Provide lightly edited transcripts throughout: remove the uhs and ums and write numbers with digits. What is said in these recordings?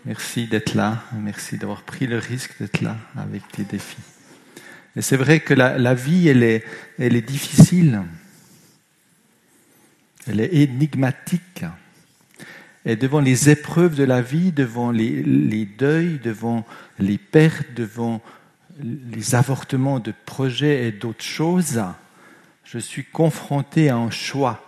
Merci d'être là. Merci d'avoir pris le risque d'être là avec tes défis. Et c'est vrai que la vie, elle est difficile. Elle est énigmatique. Et devant les épreuves de la vie, devant les deuils, devant les pertes, devant les avortements de projets et d'autres choses, je suis confronté à un choix.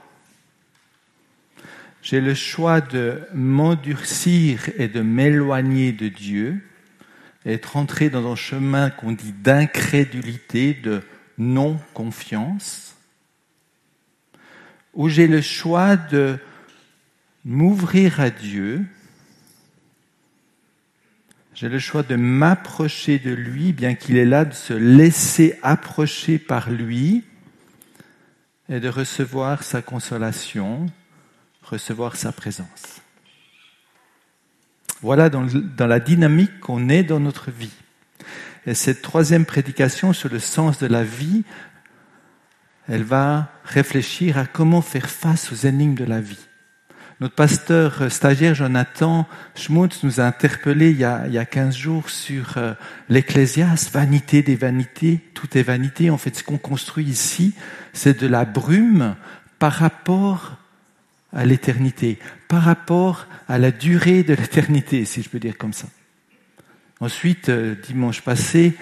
J'ai le choix de m'endurcir et de m'éloigner de Dieu, et être entré dans un chemin qu'on dit d'incrédulité, de non-confiance, ou j'ai le choix de m'ouvrir à Dieu. J'ai le choix de m'approcher de lui, bien qu'il est là, de se laisser approcher par lui et de recevoir sa consolation, recevoir sa présence. Voilà dans la dynamique qu'on est dans notre vie. Et cette troisième prédication sur le sens de la vie, elle va réfléchir à comment faire face aux énigmes de la vie. Notre pasteur stagiaire Jonathan Schmutz nous a interpellés il y a 15 jours sur l'Ecclésiaste, vanité des vanités, tout est vanité. En fait, ce qu'on construit ici, c'est de la brume par rapport à l'éternité, par rapport à la durée de l'éternité, si je peux dire comme ça. Ensuite, dimanche passé,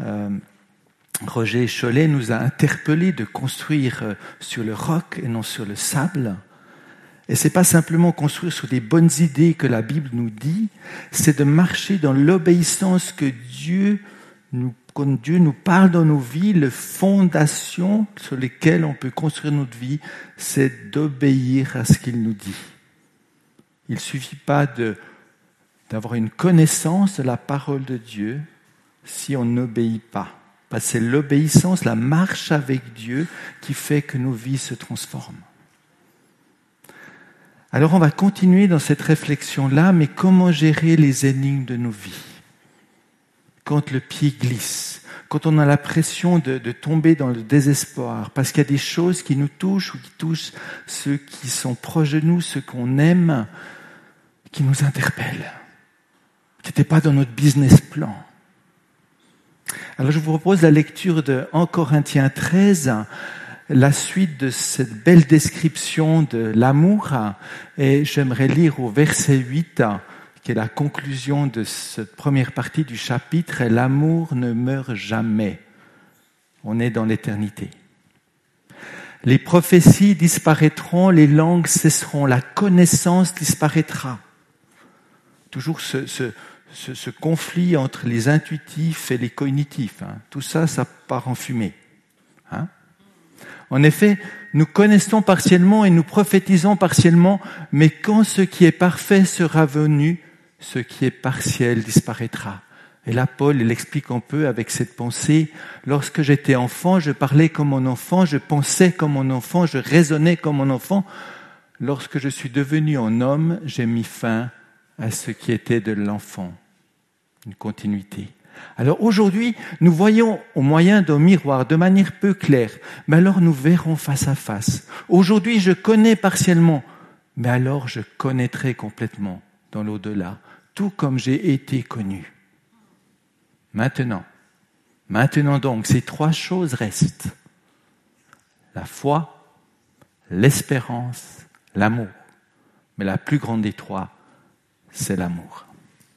Roger Chollet nous a interpellés de construire sur le roc et non sur le sable. Et c'est pas simplement construire sur des bonnes idées que la Bible nous dit, c'est de marcher dans l'obéissance que quand Dieu nous parle dans nos vies, les fondations sur lesquelles on peut construire notre vie, c'est d'obéir à ce qu'il nous dit. Il ne suffit pas d'avoir une connaissance de la parole de Dieu si on n'obéit pas. Parce que c'est l'obéissance, la marche avec Dieu qui fait que nos vies se transforment. Alors on va continuer dans cette réflexion-là, mais comment gérer les énigmes de nos vies ? Quand le pied glisse, quand on a l'impression de tomber dans le désespoir, parce qu'il y a des choses qui nous touchent ou qui touchent ceux qui sont proches de nous, ceux qu'on aime, qui nous interpellent, qui n'étaient pas dans notre business plan. Alors je vous propose la lecture de 1 Corinthiens 13, la suite de cette belle description de l'amour, et j'aimerais lire au verset 8, qui est la conclusion de cette première partie du chapitre, et l'amour ne meurt jamais. On est dans l'éternité. Les prophéties disparaîtront, les langues cesseront, la connaissance disparaîtra. Toujours ce conflit entre les intuitifs et les cognitifs. Tout ça, ça part en fumée. En effet, nous connaissons partiellement et nous prophétisons partiellement, mais quand ce qui est parfait sera venu, ce qui est partiel disparaîtra. Et là, Paul, il explique un peu avec cette pensée. Lorsque j'étais enfant, je parlais comme mon enfant, je pensais comme mon enfant, je raisonnais comme mon enfant. Lorsque je suis devenu un homme, j'ai mis fin à ce qui était de l'enfant. Une continuité. Alors aujourd'hui, nous voyons au moyen d'un miroir de manière peu claire, mais alors nous verrons face à face. Aujourd'hui, je connais partiellement, mais alors je connaîtrai complètement dans l'au-delà, tout comme j'ai été connu. Maintenant donc, ces trois choses restent. La foi, l'espérance, l'amour. Mais la plus grande des trois, c'est l'amour.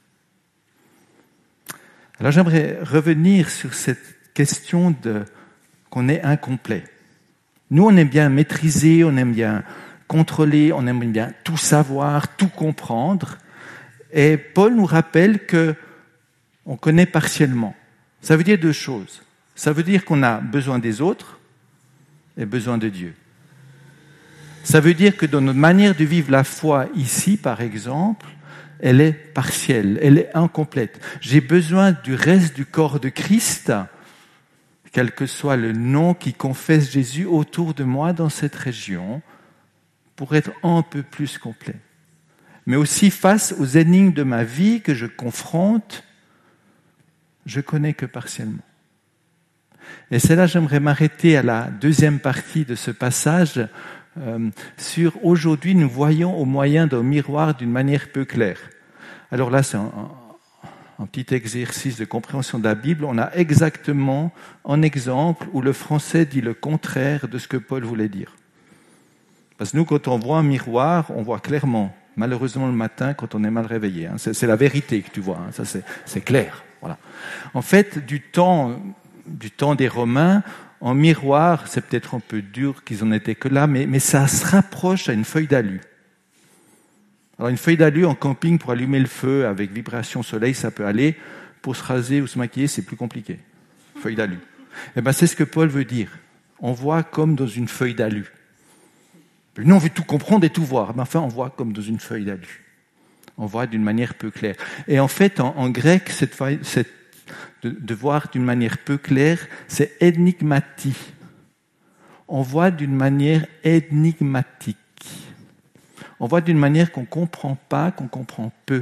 Alors j'aimerais revenir sur cette question qu'on est incomplet. Nous, on aime bien maîtriser, on aime bien contrôler, on aime bien tout savoir, tout comprendre. Et Paul nous rappelle qu'on connaît partiellement. Ça veut dire deux choses. Ça veut dire qu'on a besoin des autres et besoin de Dieu. Ça veut dire que dans notre manière de vivre la foi ici, par exemple, elle est partielle, elle est incomplète. J'ai besoin du reste du corps de Christ, quel que soit le nom qui confesse Jésus autour de moi dans cette région, pour être un peu plus complet. Mais aussi face aux énigmes de ma vie que je confronte, je connais que partiellement. Et c'est là que j'aimerais m'arrêter à la deuxième partie de ce passage, sur aujourd'hui nous voyons au moyen d'un miroir d'une manière peu claire. Alors là, c'est un petit exercice de compréhension de la Bible. On a exactement un exemple où le français dit le contraire de ce que Paul voulait dire. Parce que nous, quand on voit un miroir, on voit clairement. Malheureusement, le matin, quand on est mal réveillé. C'est la vérité que tu vois. Ça, c'est clair. Voilà. En fait, du temps des Romains, en miroir, c'est peut-être un peu dur qu'ils en étaient que là, mais ça se rapproche à une feuille d'alu. Alors une feuille d'alu en camping pour allumer le feu avec vibration soleil, ça peut aller. Pour se raser ou se maquiller, c'est plus compliqué. Feuille d'alu. Eh ben, c'est ce que Paul veut dire. On voit comme dans une feuille d'alu. Nous, on veut tout comprendre et tout voir. Mais enfin, on voit comme dans une feuille d'alu. On voit d'une manière peu claire. Et en fait, en grec, de voir d'une manière peu claire, c'est énigmatie. On voit d'une manière énigmatique. On voit d'une manière qu'on ne comprend pas, qu'on comprend peu.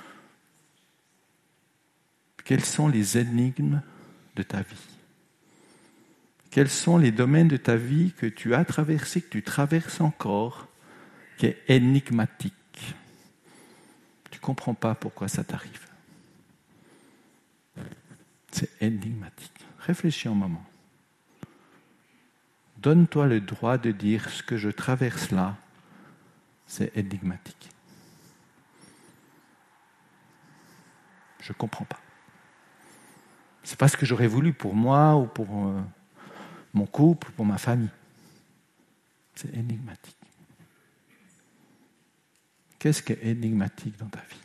Quelles sont les énigmes de ta vie? Quels sont les domaines de ta vie que tu as traversés, que tu traverses encore, qui est énigmatique? Tu ne comprends pas pourquoi ça t'arrive. C'est énigmatique. Réfléchis un moment. Donne-toi le droit de dire ce que je traverse là, c'est énigmatique. Je ne comprends pas. C'est pas ce que j'aurais voulu pour moi ou pour mon couple, pour ma famille. C'est énigmatique. Qu'est-ce qui est énigmatique dans ta vie?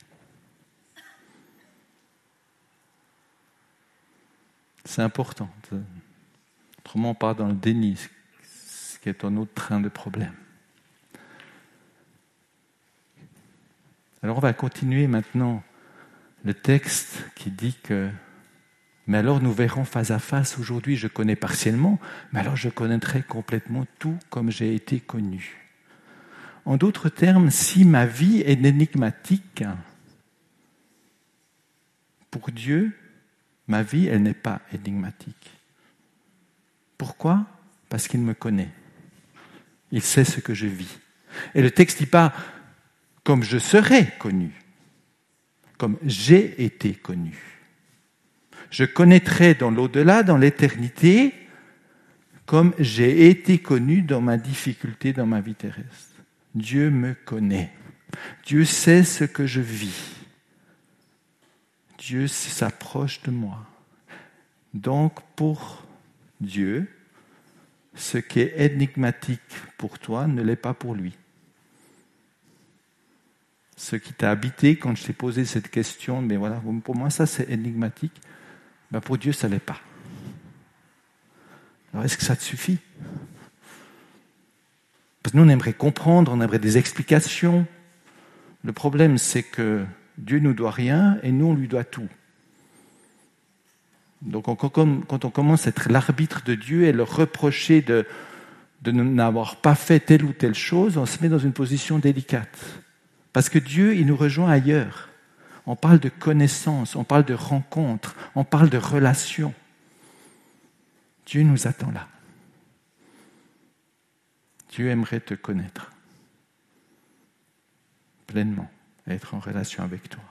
C'est important. Autrement, on part dans le déni, ce qui est un autre train de problème. Alors, on va continuer maintenant le texte qui dit que mais alors nous verrons face à face. Aujourd'hui, je connais partiellement, mais alors je connaîtrai complètement tout comme j'ai été connu. En d'autres termes, si ma vie est énigmatique, pour Dieu, ma vie, elle n'est pas énigmatique. Pourquoi? Parce qu'il me connaît. Il sait ce que je vis. Et le texte dit pas comme je serai connu, comme j'ai été connu. Je connaîtrai dans l'au-delà, dans l'éternité, comme j'ai été connu dans ma difficulté, dans ma vie terrestre. Dieu me connaît. Dieu sait ce que je vis. Dieu s'approche de moi. Donc, pour Dieu, ce qui est énigmatique pour toi ne l'est pas pour lui. Ce qui t'a habité quand je t'ai posé cette question, mais voilà, pour moi, ça c'est énigmatique. Ben pour Dieu, ça ne l'est pas. Alors, est-ce que ça te suffit? Parce que nous, on aimerait comprendre, on aimerait des explications. Le problème, c'est que Dieu ne nous doit rien et nous, on lui doit tout. Donc, quand on commence à être l'arbitre de Dieu et le reprocher de n'avoir pas fait telle ou telle chose, on se met dans une position délicate. Parce que Dieu, il nous rejoint ailleurs. On parle de connaissance, on parle de rencontre, on parle de relation. Dieu nous attend là. Dieu aimerait te connaître pleinement, être en relation avec toi.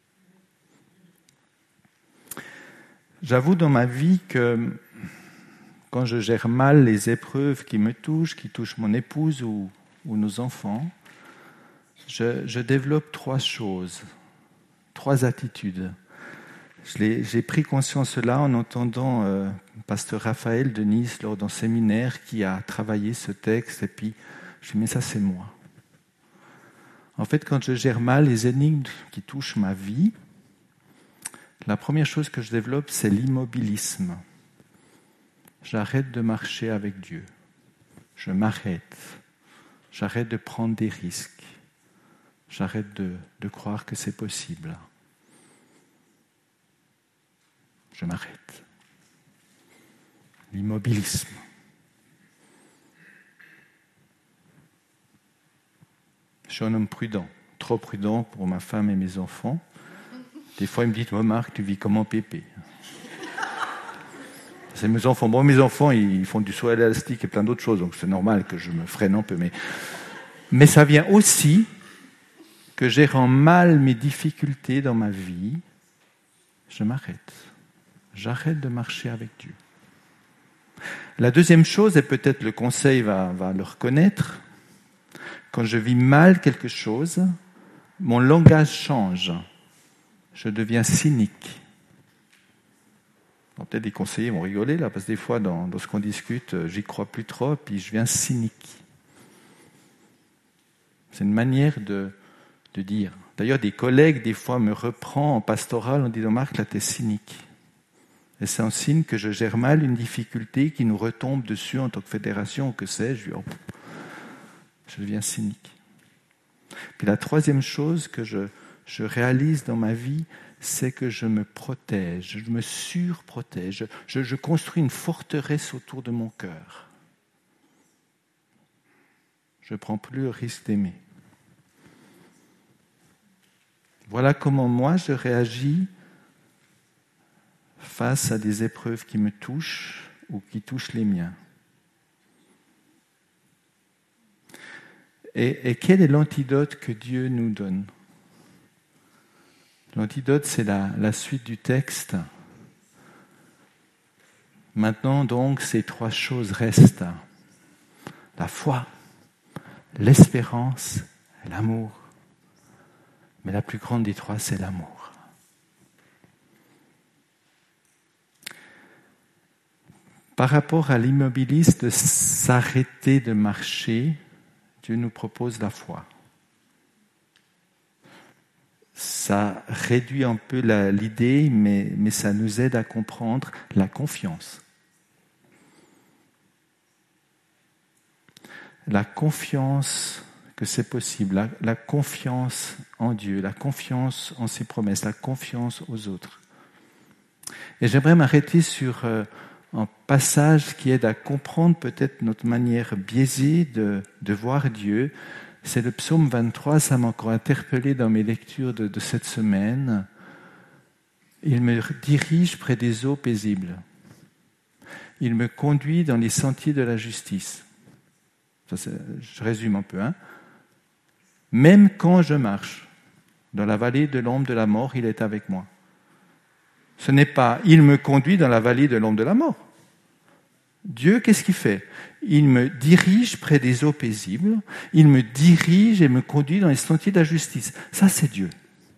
J'avoue dans ma vie que quand je gère mal les épreuves qui me touchent, qui touchent mon épouse ou nos enfants, je développe 3 choses, 3 attitudes. J'ai pris conscience de cela en entendant pasteur Raphaël de Nice lors d'un séminaire qui a travaillé ce texte, et puis je me dis mais ça c'est moi. En fait, quand je gère mal les énigmes qui touchent ma vie, la première chose que je développe, c'est l'immobilisme. J'arrête de marcher avec Dieu. Je m'arrête. J'arrête de prendre des risques. J'arrête de croire que c'est possible. Je m'arrête. L'immobilisme. Je suis un homme prudent, trop prudent pour ma femme et mes enfants. Des fois, ils me disent, Marc, tu vis comment pépé? C'est mes enfants. Bon, mes enfants, ils font du saut élastique et plein d'autres choses, donc c'est normal que je me freine un peu. Mais ça vient aussi que gérant mal mes difficultés dans ma vie, je m'arrête. J'arrête de marcher avec Dieu. La deuxième chose, et peut-être le conseil va le reconnaître, quand je vis mal quelque chose, mon langage change. Je deviens cynique. Bon, peut-être les conseillers vont rigoler là, parce que des fois, dans ce qu'on discute, j'y crois plus trop, puis je deviens cynique. C'est une manière de dire. D'ailleurs, des collègues, des fois, me reprennent en pastoral en disant « Marc, là, t'es cynique ». Et c'est un signe que je gère mal une difficulté qui nous retombe dessus en tant que fédération, ou que sais-je. Je deviens cynique. Puis la troisième chose que je réalise dans ma vie, c'est que je me protège, je me surprotège. Je construis une forteresse autour de mon cœur. Je ne prends plus le risque d'aimer. Voilà comment moi je réagis face à des épreuves qui me touchent ou qui touchent les miens. Et quel est l'antidote que Dieu nous donne ? L'antidote, c'est la suite du texte. Maintenant, donc, ces trois choses restent. La foi, l'espérance et l'amour. Mais la plus grande des trois, c'est l'amour. Par rapport à l'immobilisme de s'arrêter de marcher, Dieu nous propose la foi. Ça réduit un peu l'idée, mais ça nous aide à comprendre la confiance. La confiance que c'est possible, la confiance en Dieu, la confiance en ses promesses, la confiance aux autres. Et j'aimerais m'arrêter sur un passage qui aide à comprendre peut-être notre manière biaisée de voir Dieu. C'est le psaume 23, ça m'a encore interpellé dans mes lectures de cette semaine. Il me dirige près des eaux paisibles. Il me conduit dans les sentiers de la justice. Ça, je résume un peu. Même quand je marche dans la vallée de l'ombre de la mort, il est avec moi. Ce n'est pas « il me conduit dans la vallée de l'ombre de la mort ». Dieu, qu'est-ce qu'il fait ? Il me dirige près des eaux paisibles, il me dirige et me conduit dans les sentiers de la justice. Ça, c'est Dieu.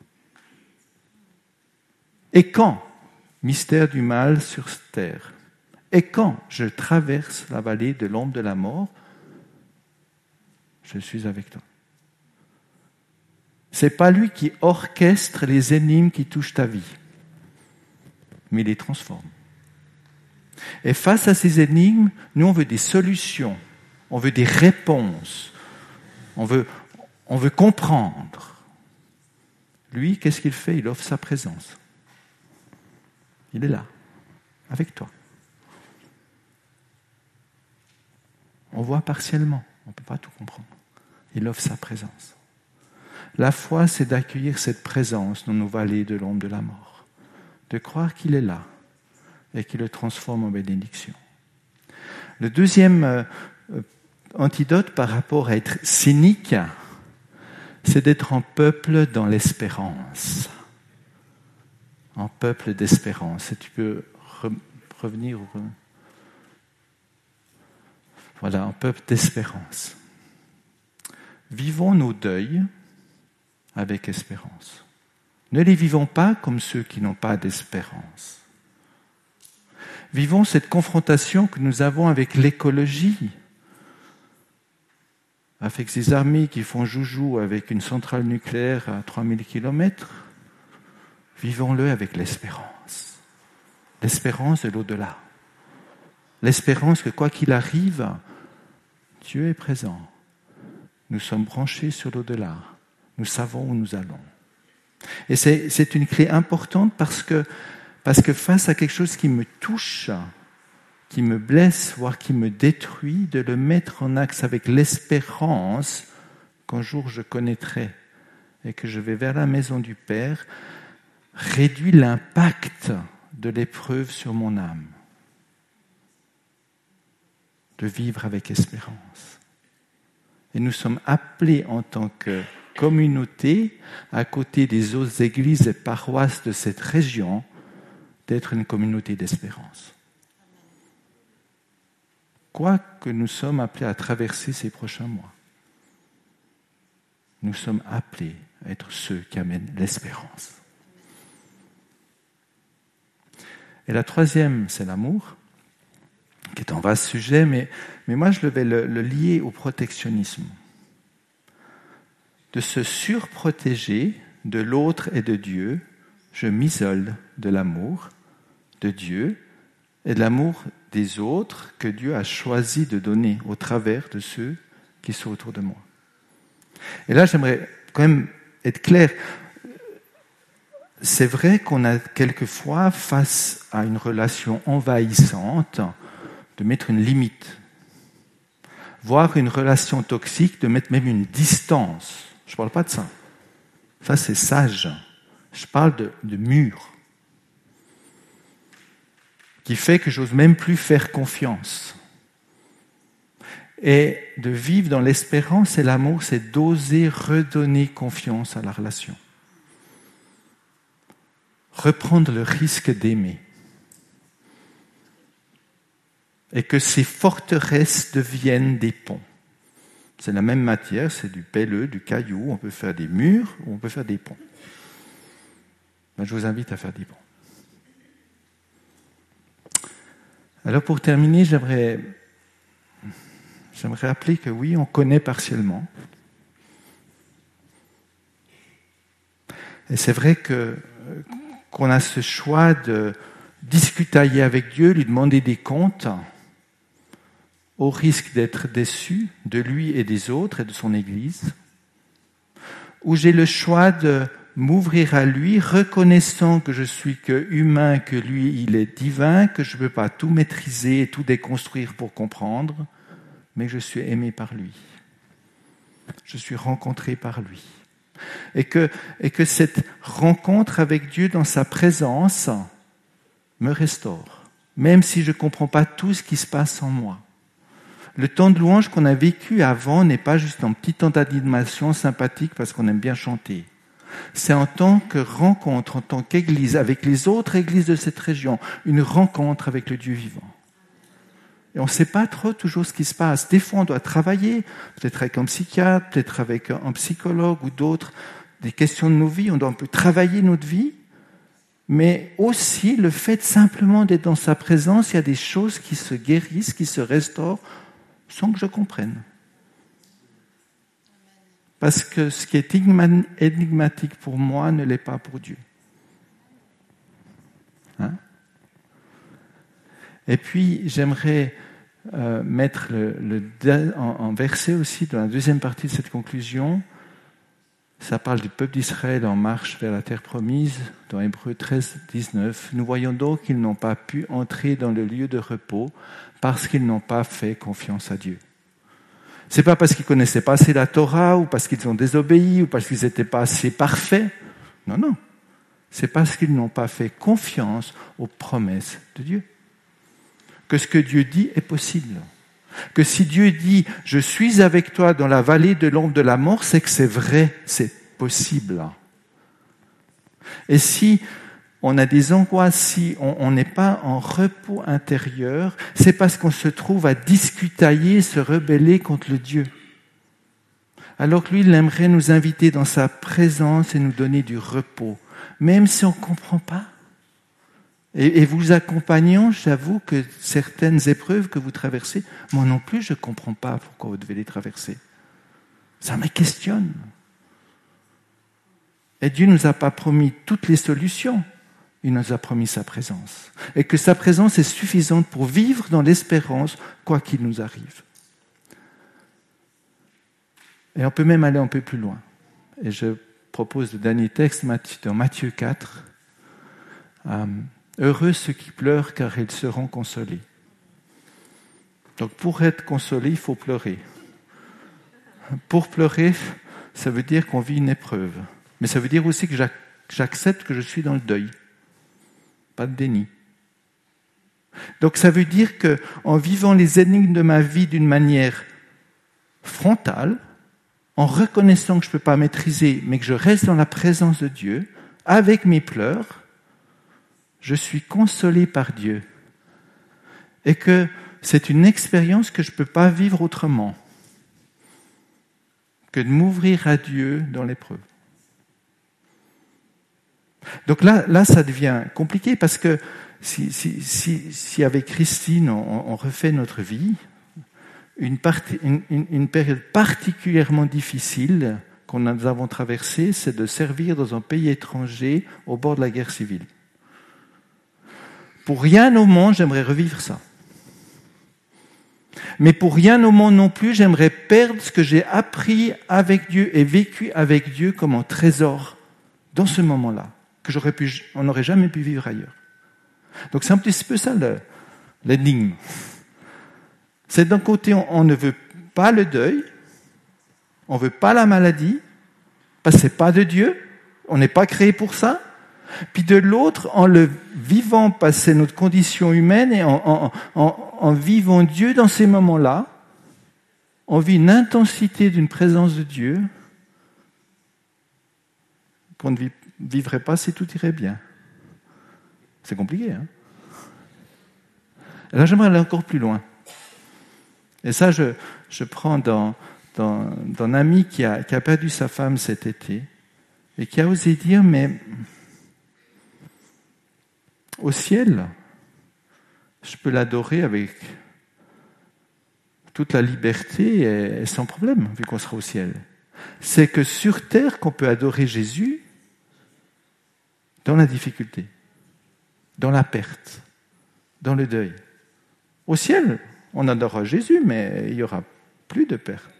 Et quand, mystère du mal sur terre, et quand je traverse la vallée de l'ombre de la mort, je suis avec toi. C'est pas lui qui orchestre les énigmes qui touchent ta vie, mais il les transforme. Et face à ces énigmes, nous on veut des solutions, on veut des réponses, on veut comprendre. Lui, qu'est-ce qu'il fait ? Il offre sa présence. Il est là, avec toi. On voit partiellement, on ne peut pas tout comprendre. Il offre sa présence. La foi, c'est d'accueillir cette présence dans nos vallées de l'ombre de la mort, de croire qu'il est là et qu'il le transforme en bénédiction. Le deuxième antidote par rapport à être cynique, c'est d'être un peuple dans l'espérance. Un peuple d'espérance. Et tu peux revenir. Voilà, un peuple d'espérance. Vivons nos deuils avec espérance. Ne les vivons pas comme ceux qui n'ont pas d'espérance. Vivons cette confrontation que nous avons avec l'écologie, avec ces armées qui font joujou avec une centrale nucléaire à 3000 km. Vivons-le avec l'espérance. L'espérance de l'au-delà. L'espérance que quoi qu'il arrive, Dieu est présent. Nous sommes branchés sur l'au-delà. Nous savons où nous allons. Et c'est une clé importante parce que face à quelque chose qui me touche, qui me blesse, voire qui me détruit, de le mettre en axe avec l'espérance qu'un jour je connaîtrai et que je vais vers la maison du Père, réduit l'impact de l'épreuve sur mon âme. De vivre avec espérance. Et nous sommes appelés en tant que communauté, à côté des autres églises et paroisses de cette région, d'être une communauté d'espérance. Quoi que nous sommes appelés à traverser ces prochains mois, nous sommes appelés à être ceux qui amènent l'espérance. Et la troisième, c'est l'amour, qui est un vaste sujet, mais moi je vais le lier au protectionnisme. De se surprotéger de l'autre et de Dieu, je m'isole de l'amour de Dieu et de l'amour des autres que Dieu a choisi de donner au travers de ceux qui sont autour de moi. Et là, j'aimerais quand même être clair. C'est vrai qu'on a quelquefois, face à une relation envahissante, de mettre une limite. Voire une relation toxique, de mettre même une distance. Je ne parle pas de ça. Ça, c'est sage. Je parle de mur. Qui fait que j'ose même plus faire confiance. Et de vivre dans l'espérance et l'amour, c'est d'oser redonner confiance à la relation. Reprendre le risque d'aimer. Et que ces forteresses deviennent des ponts. C'est la même matière, c'est du pelleux, du caillou, on peut faire des murs ou on peut faire des ponts. Ben, je vous invite à faire des ponts. Alors pour terminer, j'aimerais rappeler que oui, on connaît partiellement. Et c'est vrai qu'on a ce choix de discutailler avec Dieu, lui demander des comptes, au risque d'être déçu de lui et des autres et de son Église, ou j'ai le choix de m'ouvrir à lui, reconnaissant que je suis que humain, que lui, il est divin, que je ne peux pas tout maîtriser et tout déconstruire pour comprendre, mais que je suis aimé par lui. Je suis rencontré par lui. Et que cette rencontre avec Dieu dans sa présence me restaure, même si je ne comprends pas tout ce qui se passe en moi. Le temps de louange qu'on a vécu avant n'est pas juste un petit temps d'animation sympathique parce qu'on aime bien chanter. C'est en tant que rencontre, en tant qu'église, avec les autres églises de cette région, une rencontre avec le Dieu vivant. Et on ne sait pas trop toujours ce qui se passe. Des fois, on doit travailler, peut-être avec un psychiatre, peut-être avec un psychologue ou d'autres, des questions de nos vies. On peut travailler notre vie, mais aussi le fait simplement d'être dans sa présence, il y a des choses qui se guérissent, qui se restaurent, sans que je comprenne. Parce que ce qui est énigmatique pour moi ne l'est pas pour Dieu. Hein? Et puis, j'aimerais mettre en verset aussi, dans la deuxième partie de cette conclusion, ça parle du peuple d'Israël en marche vers la terre promise, dans Hébreux 13, 19. Nous voyons donc qu'ils n'ont pas pu entrer dans le lieu de repos parce qu'ils n'ont pas fait confiance à Dieu. C'est pas parce qu'ils connaissaient pas assez la Torah, ou parce qu'ils ont désobéi, ou parce qu'ils n'étaient pas assez parfaits. Non. C'est parce qu'ils n'ont pas fait confiance aux promesses de Dieu. Que ce que Dieu dit est possible. Que si Dieu dit « Je suis avec toi dans la vallée de l'ombre de la mort », c'est que c'est vrai, c'est possible. Et si on a des angoisses, si on n'est pas en repos intérieur, c'est parce qu'on se trouve à discutailler, se rebeller contre le Dieu. Alors que lui, il aimerait nous inviter dans sa présence et nous donner du repos, même si on ne comprend pas. Et vous accompagnant, j'avoue que certaines épreuves que vous traversez, moi non plus, je ne comprends pas pourquoi vous devez les traverser. Ça me questionne. Et Dieu ne nous a pas promis toutes les solutions. Il nous a promis sa présence. Et que sa présence est suffisante pour vivre dans l'espérance, quoi qu'il nous arrive. Et on peut même aller un peu plus loin. Et je propose le dernier texte dans Matthieu 4. Heureux ceux qui pleurent, car ils seront consolés. Donc pour être consolé, il faut pleurer. Pour pleurer, ça veut dire qu'on vit une épreuve. Mais ça veut dire aussi que j'accepte que je suis dans le deuil. Pas de déni. Donc ça veut dire qu'en vivant les énigmes de ma vie d'une manière frontale, en reconnaissant que je ne peux pas maîtriser, mais que je reste dans la présence de Dieu, avec mes pleurs, je suis consolé par Dieu. Et que c'est une expérience que je ne peux pas vivre autrement que de m'ouvrir à Dieu dans l'épreuve. Donc là, ça devient compliqué parce que si avec Christine, on refait notre vie, une période particulièrement difficile que nous avons traversée, c'est de servir dans un pays étranger au bord de la guerre civile. Pour rien au monde, j'aimerais revivre ça. Mais pour rien au monde non plus, j'aimerais perdre ce que j'ai appris avec Dieu et vécu avec Dieu comme un trésor dans ce moment-là, que on n'aurait jamais pu vivre ailleurs. Donc c'est un petit peu ça l'énigme. C'est d'un côté, on ne veut pas le deuil, on ne veut pas la maladie, parce que ce n'est pas de Dieu, on n'est pas créé pour ça. Puis de l'autre, en le vivant, parce que c'est notre condition humaine, et en vivant Dieu dans ces moments-là, on vit une intensité d'une présence de Dieu qu'on ne vivrait pas si tout irait bien. C'est compliqué, hein? Et là, j'aimerais aller encore plus loin. Et ça, je prends d'un ami qui a perdu sa femme cet été et qui a osé dire, mais au ciel, je peux l'adorer avec toute la liberté et sans problème, vu qu'on sera au ciel. C'est que sur terre qu'on peut adorer Jésus dans la difficulté, dans la perte, dans le deuil. Au ciel, on adorera Jésus, mais il n'y aura plus de perte.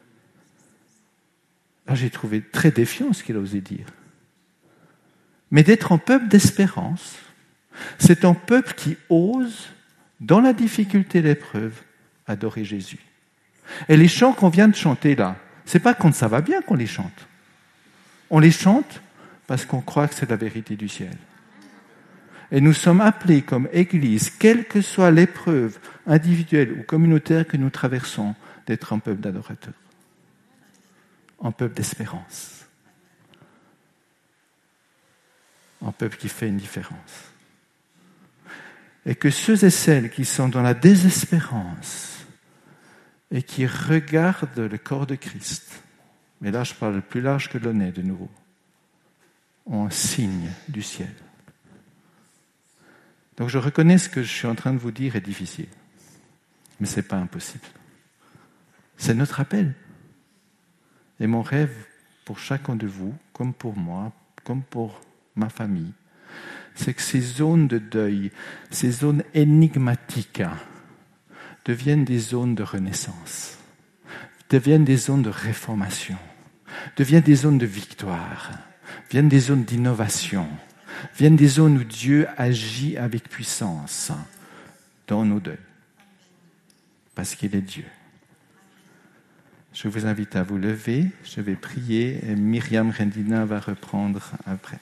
Alors, j'ai trouvé très défiant ce qu'il a osé dire. Mais d'être un peuple d'espérance, c'est un peuple qui ose, dans la difficulté et l'épreuve, adorer Jésus. Et les chants qu'on vient de chanter là, c'est pas quand ça va bien qu'on les chante. On les chante parce qu'on croit que c'est la vérité du ciel. Et nous sommes appelés comme Église, quelle que soit l'épreuve individuelle ou communautaire que nous traversons, d'être un peuple d'adorateurs, un peuple d'espérance, un peuple qui fait une différence. Et que ceux et celles qui sont dans la désespérance et qui regardent le corps de Christ, mais là je parle plus large que le nez de nouveau, ont un signe du ciel. Donc je reconnais ce que je suis en train de vous dire est difficile, mais ce n'est pas impossible. C'est notre appel. Et mon rêve pour chacun de vous, comme pour moi, comme pour ma famille, c'est que ces zones de deuil, ces zones énigmatiques, deviennent des zones de renaissance, deviennent des zones de réformation, deviennent des zones de victoire, deviennent des zones d'innovation, deviennent des zones où Dieu agit avec puissance dans nos deuils, parce qu'il est Dieu. Je vous invite à vous lever, je vais prier et Myriam Rendina va reprendre après.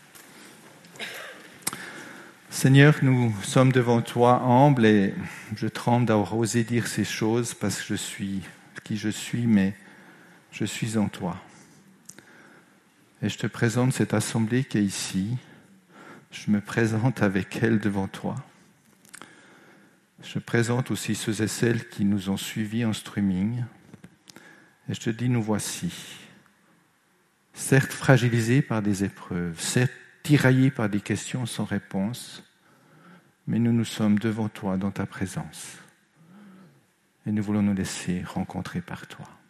Seigneur, nous sommes devant toi humbles et je tremble d'avoir osé dire ces choses parce que je suis qui je suis, mais je suis en toi. Et je te présente cette assemblée qui est ici. Je me présente avec elle devant toi. Je présente aussi ceux et celles qui nous ont suivis en streaming. Et je te dis, nous voici, certes fragilisés par des épreuves, certes tiraillés par des questions sans réponse, mais nous sommes devant toi dans ta présence. Et nous voulons nous laisser rencontrer par toi.